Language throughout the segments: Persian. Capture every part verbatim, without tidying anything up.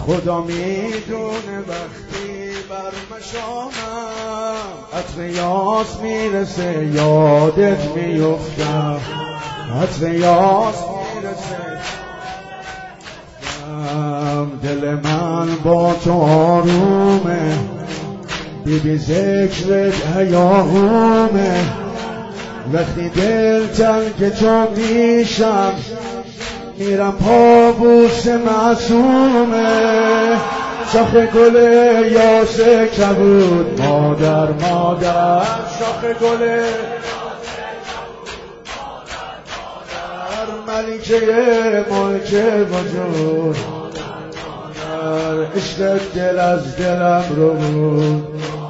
خدا میدونه وقتی بر مشامم عطر یاس میرسه یادت میفتم، عطر یاس میرسه دل من با تو آرومه، بی بی ذکرت هیاهومه، وقتی دل تنگ تو میشم میرم پابوس معصومه، شاخ گل یاس کبود مادر مادر، شاخ گل ملکه ملک وجود، عشق دل از دلم رو بود،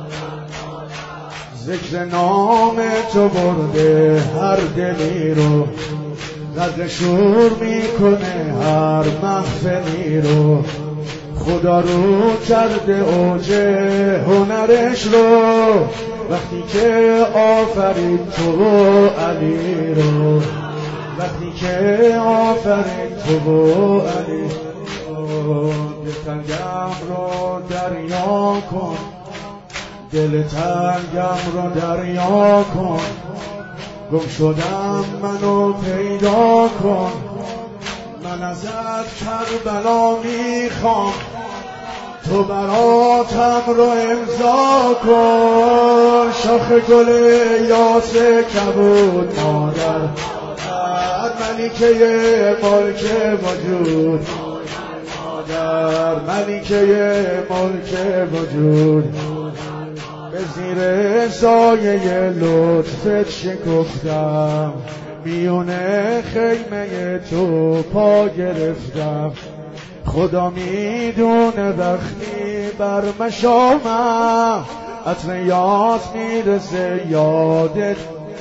ذکر نام تو برده هر دلی رو، قدر شور میکنه هر محفلی رو، خدا رو کرده اوج هنرش رو، وقتی که آفرید تو و علی رو، وقتی که آفرید تو و علی رو، دل تنگم رو دریا کن، دل تنگم رو دریا کن، گم شدم منو پیدا کن، من ازت کربلا میخوام، تو براتم رو امضا کن، شاخ گل یاس کبود مادر ملکه ملک وجود، مادر ملکه ملک وجود، به زیر سایه لطفت شکفتم، میونه خیمه تو پا گرفتم، خدا میدونه وقتی بر مشامم عطر یاس میرسه یادت،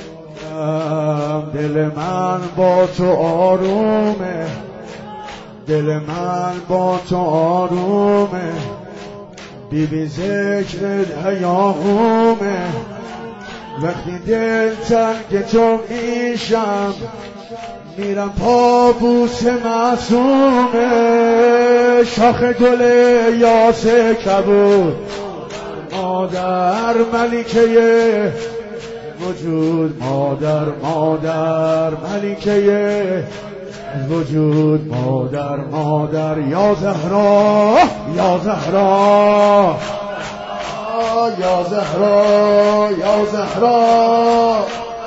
دل من با تو آرومه، دل من با تو آرومه، بی بی ذکرت هیاهومه، وقتی دل تنگ تو میشم میرم پابوس معصومه، شاخ گل یاس کبود مادر ملکه وجود، مادر مادر ملکه وجود، مادر مادر یا زهرا یا زهرا یا زهرا یا زهرا،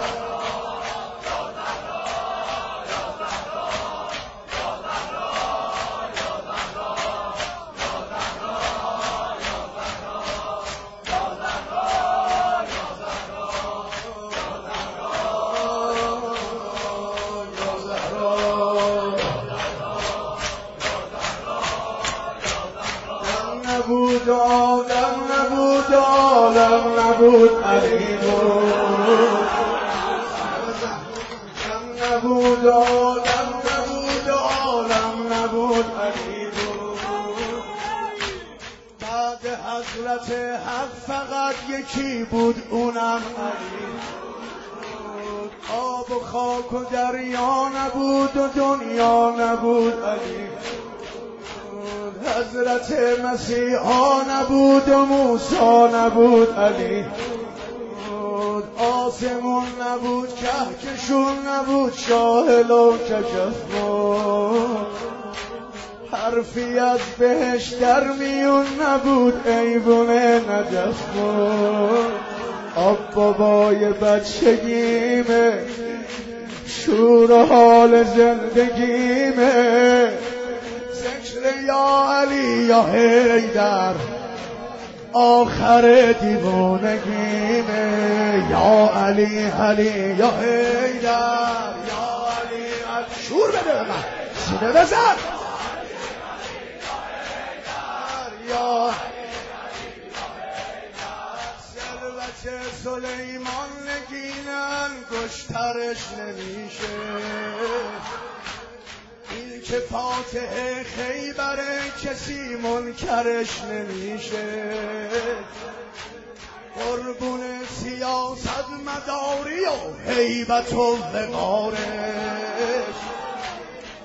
نبود آدم نبود عالم نبود علی بود، نبود آدم نبود عالم نبود علی بود، بعد حضرت حق فقط یکی بود اونم علی بود، آب و خاک و دریا نبود و دنیا نبود علی، حضرت مسیحا نبود و موسی نبود علی بود، آسمون نبود کهکشون نبود شاهل و کشف بود، حرفی از بهشت در میون نبود ایوون نجف بود، آب بابای بچگیمه شور و حال زندگیمه، یا علی یا حیدر آخر دیوانگیمه، یا علی علی یا حیدر یا علی علی، شور بده من سینه بزن، یا ثروت سلیمان نگینن گشترش نمیشه، این که فاتح خیبره کسی منکرش نمیشه، قربون سیاست مداری و هیبت و وقارش،